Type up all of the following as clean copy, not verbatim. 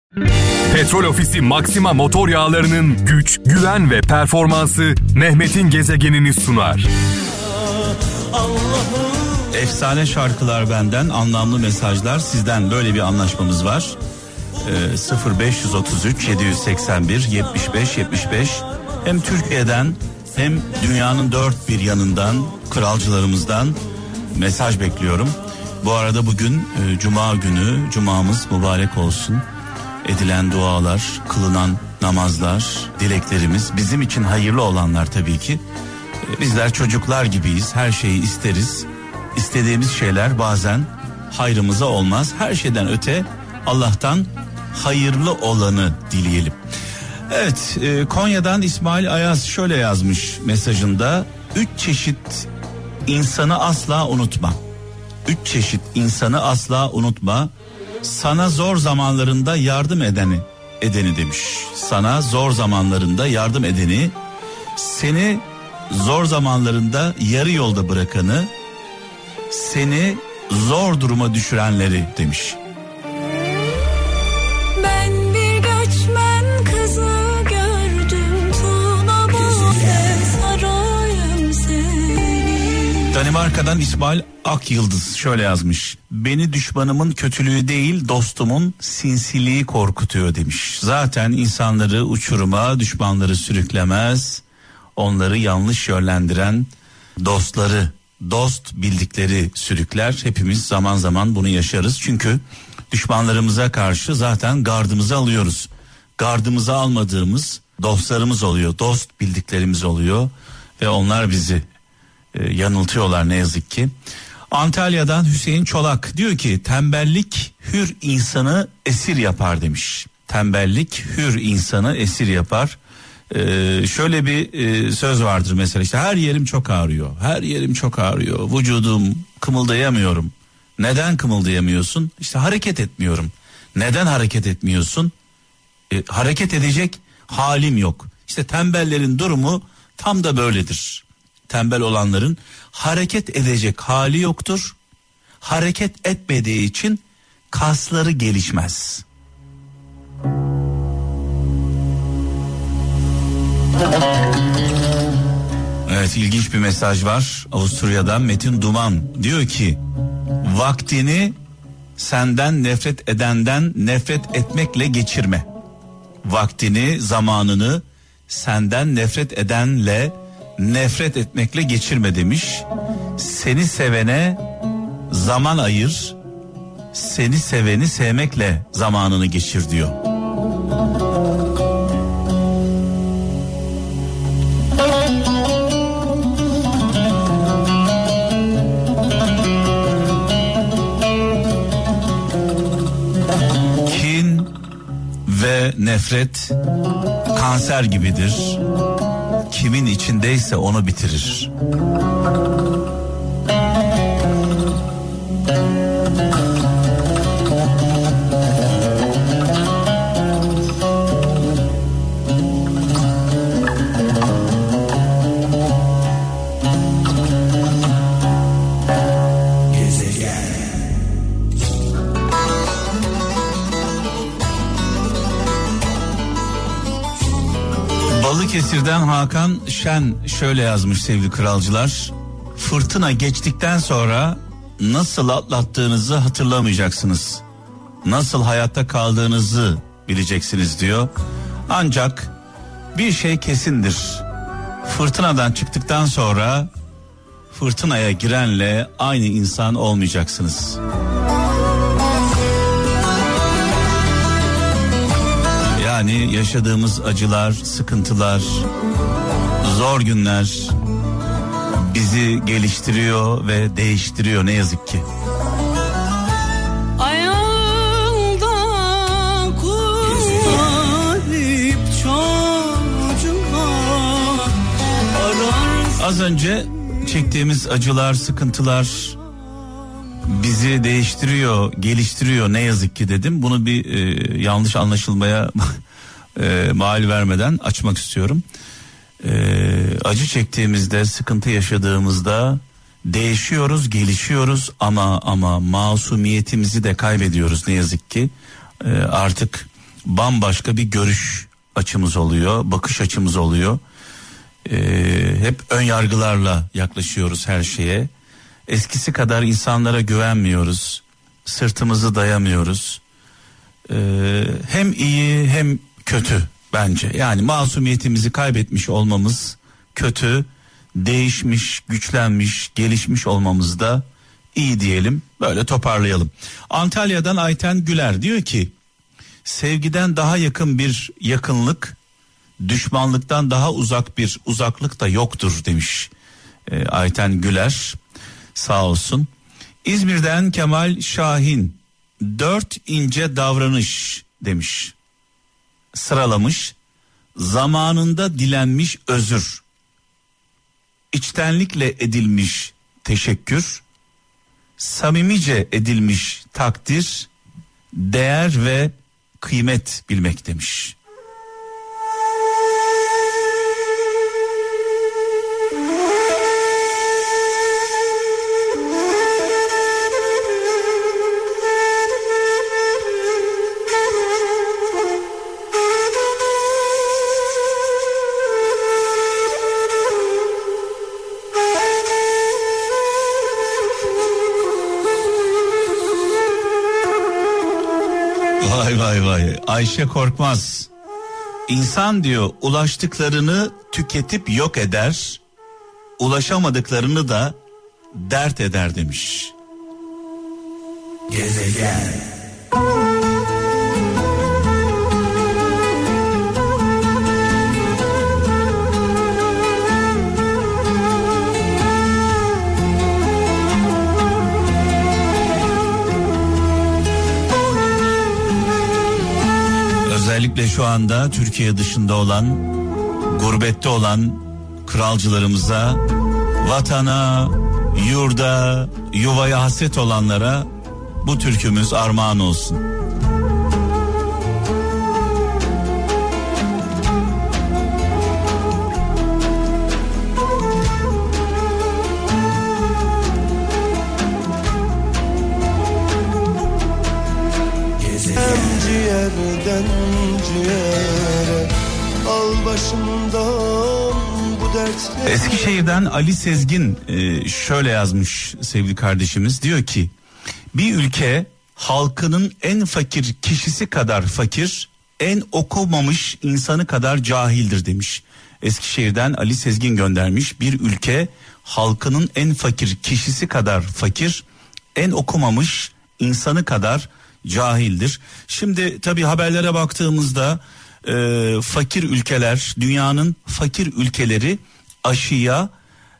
Petrol Ofisi Maxima motor yağlarının güç, güven ve performansı Mehmet'in gezegenini sunar. Efsane şarkılar benden, anlamlı mesajlar sizden, böyle bir anlaşmamız var. 0533 781 75 75 hem Türkiye'den hem dünyanın dört bir yanından, kralcılarımızdan mesaj bekliyorum. Bu arada bugün Cuma günü, Cuma'mız mübarek olsun. Edilen dualar, kılınan namazlar, dileklerimiz bizim için hayırlı olanlar tabii ki. Bizler çocuklar gibiyiz, her şeyi isteriz. İstediğimiz şeyler bazen hayrımıza olmaz. Her şeyden öte Allah'tan hayırlı olanı dileyelim. Evet, Konya'dan İsmail Ayaz şöyle yazmış mesajında: 3 çeşit insanı asla unutma. 3 çeşit insanı asla unutma. Sana zor zamanlarında yardım edeni demiş. Sana zor zamanlarında yardım edeni, seni zor zamanlarında yarı yolda bırakanı, seni zor duruma düşürenleri demiş. Ben bir göçmen kızı gördüm, Tuğla'da sarayım seni. Danimarka'dan İsmail Akyıldız şöyle yazmış: beni düşmanımın kötülüğü değil, dostumun sinsiliği korkutuyor demiş. Zaten insanları uçuruma düşmanları sürüklemez, onları yanlış yönlendiren dostları, dost bildikleri sürükler. Hepimiz zaman zaman bunu yaşarız. Çünkü düşmanlarımıza karşı zaten gardımızı alıyoruz. Gardımızı almadığımız dostlarımız oluyor, dost bildiklerimiz oluyor ve onlar bizi yanıltıyorlar ne yazık ki. Antalya'dan Hüseyin Çolak diyor ki tembellik hür insanı esir yapar demiş. Tembellik hür insanı esir yapar. Şöyle bir söz vardır mesela, işte her yerim çok ağrıyor, her yerim çok ağrıyor, vücudum, kımıldayamıyorum. Neden kımıldayamıyorsun? İşte hareket etmiyorum. Neden hareket etmiyorsun? Hareket edecek halim yok. İşte tembellerin durumu tam da böyledir. Tembel olanların hareket edecek hali yoktur. Hareket etmediği için kasları gelişmez. Evet, ilginç bir mesaj var. Avusturya'dan Metin Duman diyor ki vaktini senden nefret edenden nefret etmekle geçirme. Vaktini, zamanını senden nefret edenle nefret etmekle geçirme demiş. Seni sevene zaman ayır, seni seveni sevmekle zamanını geçir diyor. Kin ve nefret kanser gibidir. Kimin içindeyse onu bitirir. Balıkesir'den Hakan Şen şöyle yazmış sevgili kralcılar: fırtına geçtikten sonra nasıl atlattığınızı hatırlamayacaksınız. Nasıl hayatta kaldığınızı bileceksiniz diyor. Ancak bir şey kesindir: fırtınadan çıktıktan sonra fırtınaya girenle aynı insan olmayacaksınız. Yani yaşadığımız acılar, sıkıntılar, zor günler bizi geliştiriyor ve değiştiriyor ne yazık ki. Az önce çektiğimiz acılar, sıkıntılar bizi değiştiriyor, geliştiriyor ne yazık ki dedim. Bunu bir yanlış anlaşılmaya mal vermeden açmak istiyorum. Acı çektiğimizde, sıkıntı yaşadığımızda değişiyoruz, gelişiyoruz ama masumiyetimizi de kaybediyoruz ne yazık ki. Artık bambaşka bir görüş açımız oluyor, bakış açımız oluyor. Hep ön yargılarla yaklaşıyoruz her şeye. Eskisi kadar insanlara güvenmiyoruz, sırtımızı dayamıyoruz. Hem iyi hem kötü bence. Yani masumiyetimizi kaybetmiş olmamız kötü, değişmiş, güçlenmiş, gelişmiş olmamız da iyi diyelim. Böyle toparlayalım. Antalya'dan Ayten Güler diyor ki, sevgiden daha yakın bir yakınlık, düşmanlıktan daha uzak bir uzaklık da yoktur demiş Ayten Güler, sağ olsun. İzmir'den Kemal Şahin, 4 ince davranış demiş, sıralamış. Zamanında dilenmiş özür, içtenlikle edilmiş teşekkür, samimice edilmiş takdir, değer ve kıymet bilmek demiş. Vay. Ayşe Korkmaz, İnsan diyor ulaştıklarını tüketip yok eder, ulaşamadıklarını da dert eder demiş. Gezegen. Özellikle şu anda Türkiye dışında olan, gurbette olan kralcılarımıza, vatana, yurda, yuvaya hasret olanlara bu türkümüz armağan olsun. Ciğerden ciğere, al başımdan bu dertleri. Eskişehir'den Ali Sezgin şöyle yazmış sevgili kardeşimiz, diyor ki, bir ülke halkının en fakir kişisi kadar fakir, en okumamış insanı kadar cahildir demiş. Eskişehir'den Ali Sezgin göndermiş. Bir ülke halkının en fakir kişisi kadar fakir, en okumamış insanı kadar cahildir. Şimdi tabii haberlere baktığımızda fakir ülkeler, dünyanın fakir ülkeleri aşıya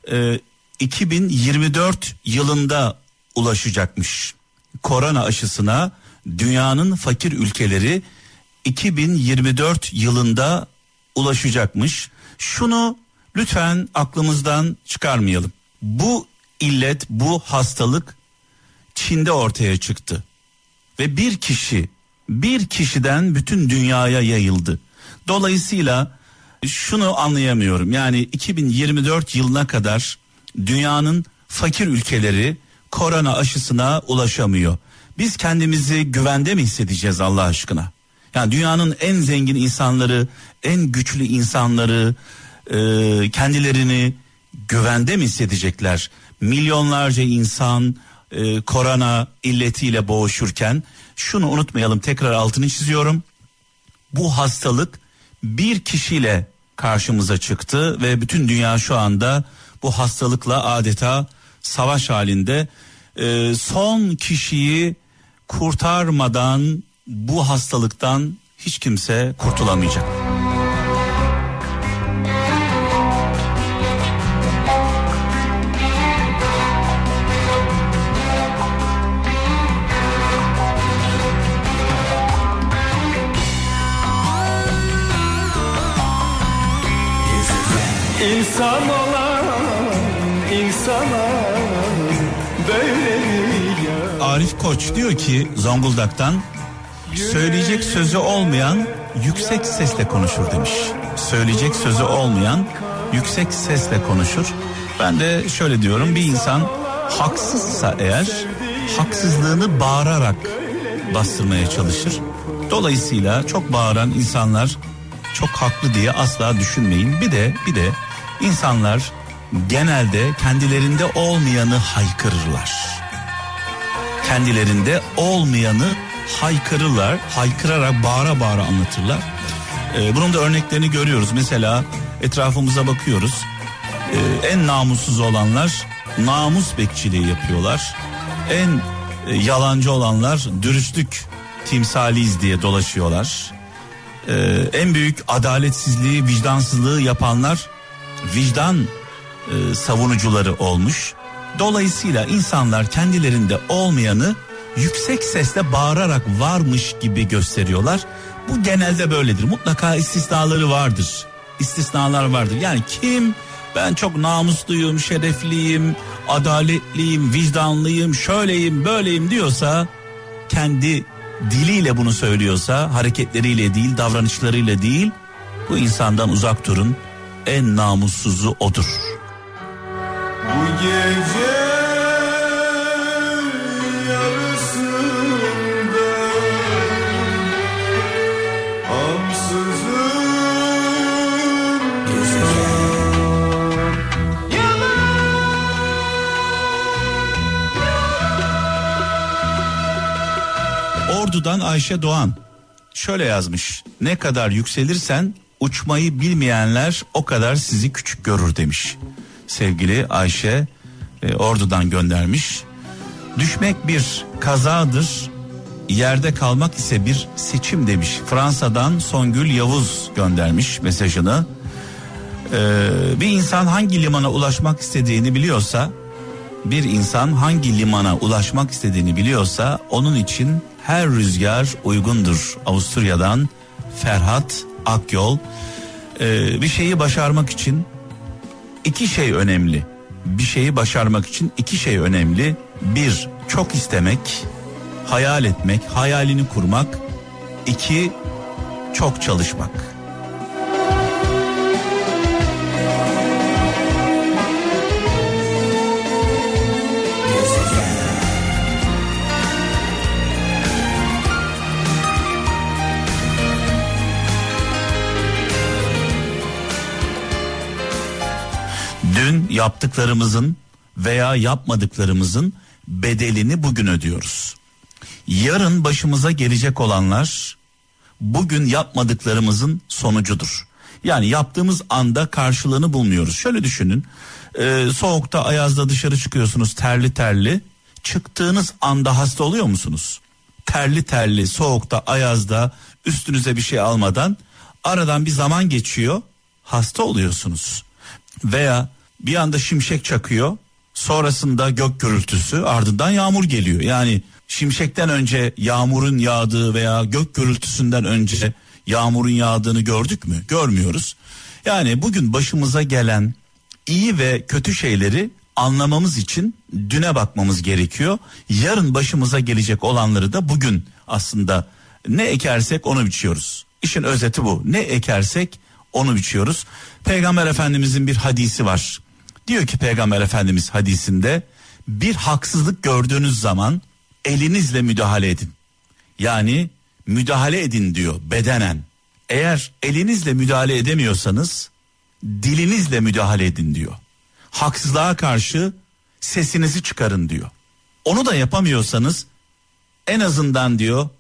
2024 yılında ulaşacakmış. Korona aşısına dünyanın fakir ülkeleri 2024 yılında ulaşacakmış. Şunu lütfen aklımızdan çıkarmayalım. Bu illet, bu hastalık Çin'de ortaya çıktı. Ve bir kişiden bütün dünyaya yayıldı. Dolayısıyla şunu anlayamıyorum. Yani 2024 yılına kadar dünyanın fakir ülkeleri korona aşısına ulaşamıyor. Biz kendimizi güvende mi hissedeceğiz Allah aşkına? Yani dünyanın en zengin insanları, en güçlü insanları kendilerini güvende mi hissedecekler? Milyonlarca insan korona illetiyle boğuşurken, şunu unutmayalım, tekrar altını çiziyorum. Bu hastalık bir kişiyle karşımıza çıktı ve bütün dünya şu anda bu hastalıkla adeta savaş halinde. Son kişiyi kurtarmadan bu hastalıktan hiç kimse kurtulamayacak. İnsan olan insana böyle ya. Arif Koç diyor ki Zonguldak'tan, söyleyecek sözü olmayan yüksek sesle konuşur demiş. Söyleyecek sözü olmayan yüksek sesle konuşur. Ben de şöyle diyorum, bir insan haksızsa eğer haksızlığını bağırarak bastırmaya çalışır. Dolayısıyla çok bağıran insanlar çok haklı diye asla düşünmeyin. Bir de insanlar genelde kendilerinde olmayanı haykırırlar. Kendilerinde olmayanı haykırırlar, haykırarak bağıra bağıra anlatırlar. Bunun da örneklerini görüyoruz. Mesela etrafımıza bakıyoruz. En namussuz olanlar namus bekçiliği yapıyorlar. En yalancı olanlar dürüstlük timsaliyiz diye dolaşıyorlar. En büyük adaletsizliği, vicdansızlığı yapanlar vicdan savunucuları olmuş. Dolayısıyla insanlar kendilerinde olmayanı yüksek sesle bağırarak varmış gibi gösteriyorlar. Bu genelde böyledir. Mutlaka istisnaları vardır. İstisnalar vardır. Yani kim ben çok namusluyum, şerefliyim, adaletliyim, vicdanlıyım, şöyleyim, böyleyim diyorsa, kendi diliyle bunu söylüyorsa, hareketleriyle değil, davranışlarıyla değil, bu insandan uzak durun. En namussuzu odur. Bu gece yarısında ansızın Ordu'dan Ayşe Doğan şöyle yazmış: ne kadar yükselirsen uçmayı bilmeyenler o kadar sizi küçük görür demiş. Sevgili Ayşe Ordu'dan göndermiş. Düşmek bir kazadır, yerde kalmak ise bir seçim demiş. Fransa'dan Songül Yavuz göndermiş mesajını. Bir insan hangi limana ulaşmak istediğini biliyorsa, onun için her rüzgar uygundur. Avusturya'dan Ferhat Akyol. Bir şeyi başarmak için iki şey önemli. Bir, çok istemek, hayal etmek, hayalini kurmak. İki, çok çalışmak. Dün yaptıklarımızın veya yapmadıklarımızın bedelini bugün ödüyoruz. Yarın başımıza gelecek olanlar bugün yapmadıklarımızın sonucudur. Yani yaptığımız anda karşılığını bulmuyoruz. Şöyle düşünün, soğukta, ayazda dışarı çıkıyorsunuz terli terli. Çıktığınız anda hasta oluyor musunuz? Terli terli, soğukta, ayazda, üstünüze bir şey almadan aradan bir zaman geçiyor, hasta oluyorsunuz. Veya bir anda şimşek çakıyor, sonrasında gök gürültüsü, ardından yağmur geliyor. Yani şimşekten önce yağmurun yağdığı veya gök gürültüsünden önce yağmurun yağdığını gördük mü? Görmüyoruz. Yani bugün başımıza gelen iyi ve kötü şeyleri anlamamız için düne bakmamız gerekiyor. Yarın başımıza gelecek olanları da bugün aslında ne ekersek onu biçiyoruz. İşin özeti bu. Ne ekersek onu biçiyoruz. Peygamber Efendimizin bir hadisi var. Diyor ki Peygamber Efendimiz hadisinde, bir haksızlık gördüğünüz zaman elinizle müdahale edin. Yani müdahale edin diyor bedenen. Eğer elinizle müdahale edemiyorsanız dilinizle müdahale edin diyor. Haksızlığa karşı sesinizi çıkarın diyor. Onu da yapamıyorsanız en azından diyor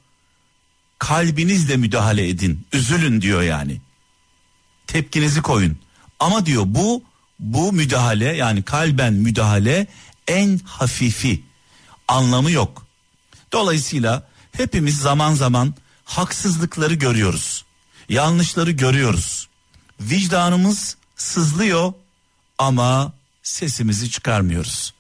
kalbinizle müdahale edin. Üzülün diyor yani. Tepkinizi koyun. Ama diyor bu müdahale, yani kalben müdahale en hafifi, anlamı yok. Dolayısıyla hepimiz zaman zaman haksızlıkları görüyoruz. Yanlışları görüyoruz. Vicdanımız sızlıyor ama sesimizi çıkarmıyoruz.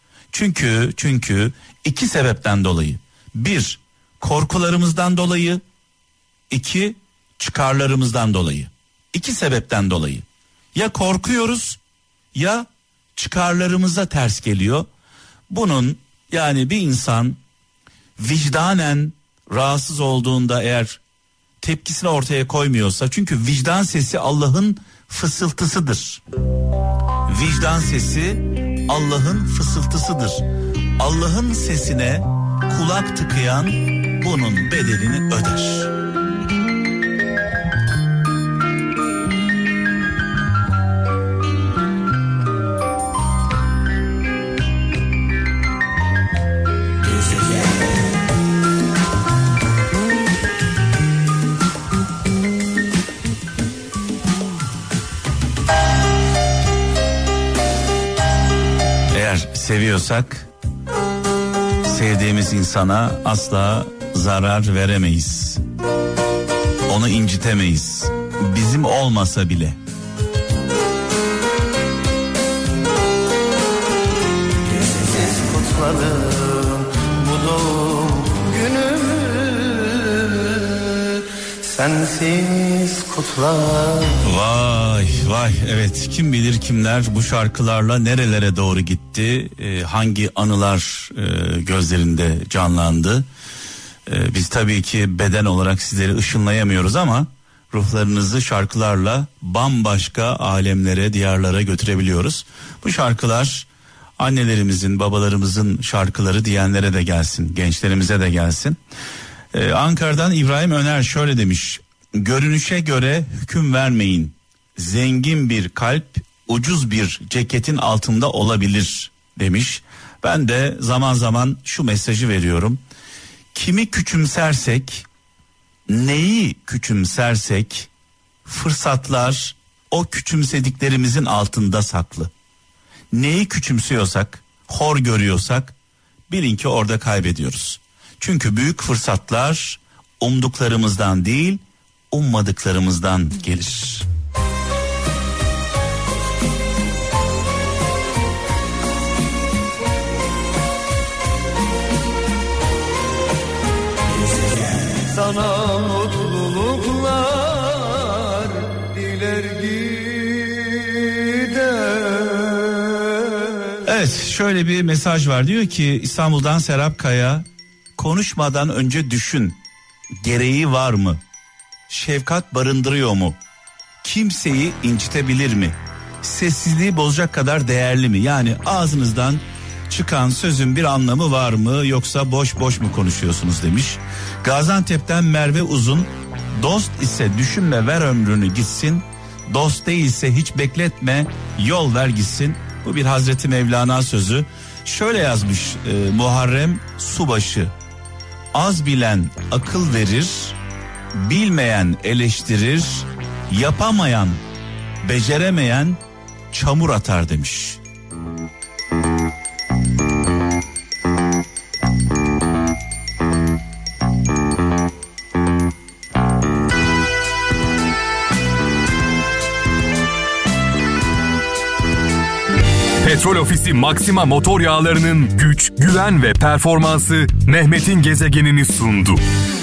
Çünkü iki sebepten dolayı. Bir, korkularımızdan dolayı. İki, çıkarlarımızdan dolayı. İki sebepten dolayı. Ya korkuyoruz ya çıkarlarımıza ters geliyor. Bunun, yani bir insan vicdanen rahatsız olduğunda eğer tepkisini ortaya koymuyorsa, çünkü vicdan sesi Allah'ın fısıltısıdır. Vicdan sesi Allah'ın fısıltısıdır. Allah'ın sesine kulak tıkayan bunun bedelini öder. seviyorsak sevdiğimiz insana asla zarar veremeyiz. Onu incitemeyiz. Bizim olmasa bile. Siz kutladım bu doğum günümü, sensiz kutlar. Vay vay, evet, kim bilir kimler bu şarkılarla nerelere doğru gitti, hangi anılar gözlerinde canlandı. Biz tabii ki beden olarak sizleri ışınlayamıyoruz ama ruhlarınızı şarkılarla bambaşka alemlere, diyarlara götürebiliyoruz. Bu şarkılar annelerimizin, babalarımızın şarkıları diyenlere de gelsin, gençlerimize de gelsin. Ankara'dan İbrahim Öner şöyle demiş: görünüşe göre hüküm vermeyin. Zengin bir kalp ucuz bir ceketin altında olabilir demiş. Ben de zaman zaman şu mesajı veriyorum. Kimi küçümsersek, neyi küçümsersek, fırsatlar o küçümsediklerimizin altında saklı. Neyi küçümsüyorsak, hor görüyorsak bilin ki orada kaybediyoruz. Çünkü büyük fırsatlar umduklarımızdan değil, ummadıklarımızdan gelir. Sana mutluluklar diler gider. Evet, şöyle bir mesaj var, diyor ki İstanbul'dan Serap Kaya: konuşmadan önce düşün, gereği var mı? Şefkat barındırıyor mu? Kimseyi incitebilir mi? Sessizliği bozacak kadar değerli mi? Yani ağzınızdan çıkan sözün bir anlamı var mı, yoksa boş boş mu konuşuyorsunuz demiş. Gaziantep'ten Merve Uzun: dost ise düşünme, ver ömrünü gitsin. Dost değilse hiç bekletme, yol ver gitsin. Bu bir Hazreti Mevlana sözü. Şöyle yazmış Muharrem Subaşı: az bilen akıl verir, bilmeyen eleştirir, yapamayan, beceremeyen çamur atar demiş. Petrol Ofisi Maxima motor yağlarının güç, güven ve performansı Mehmet'in gezegenini sundu.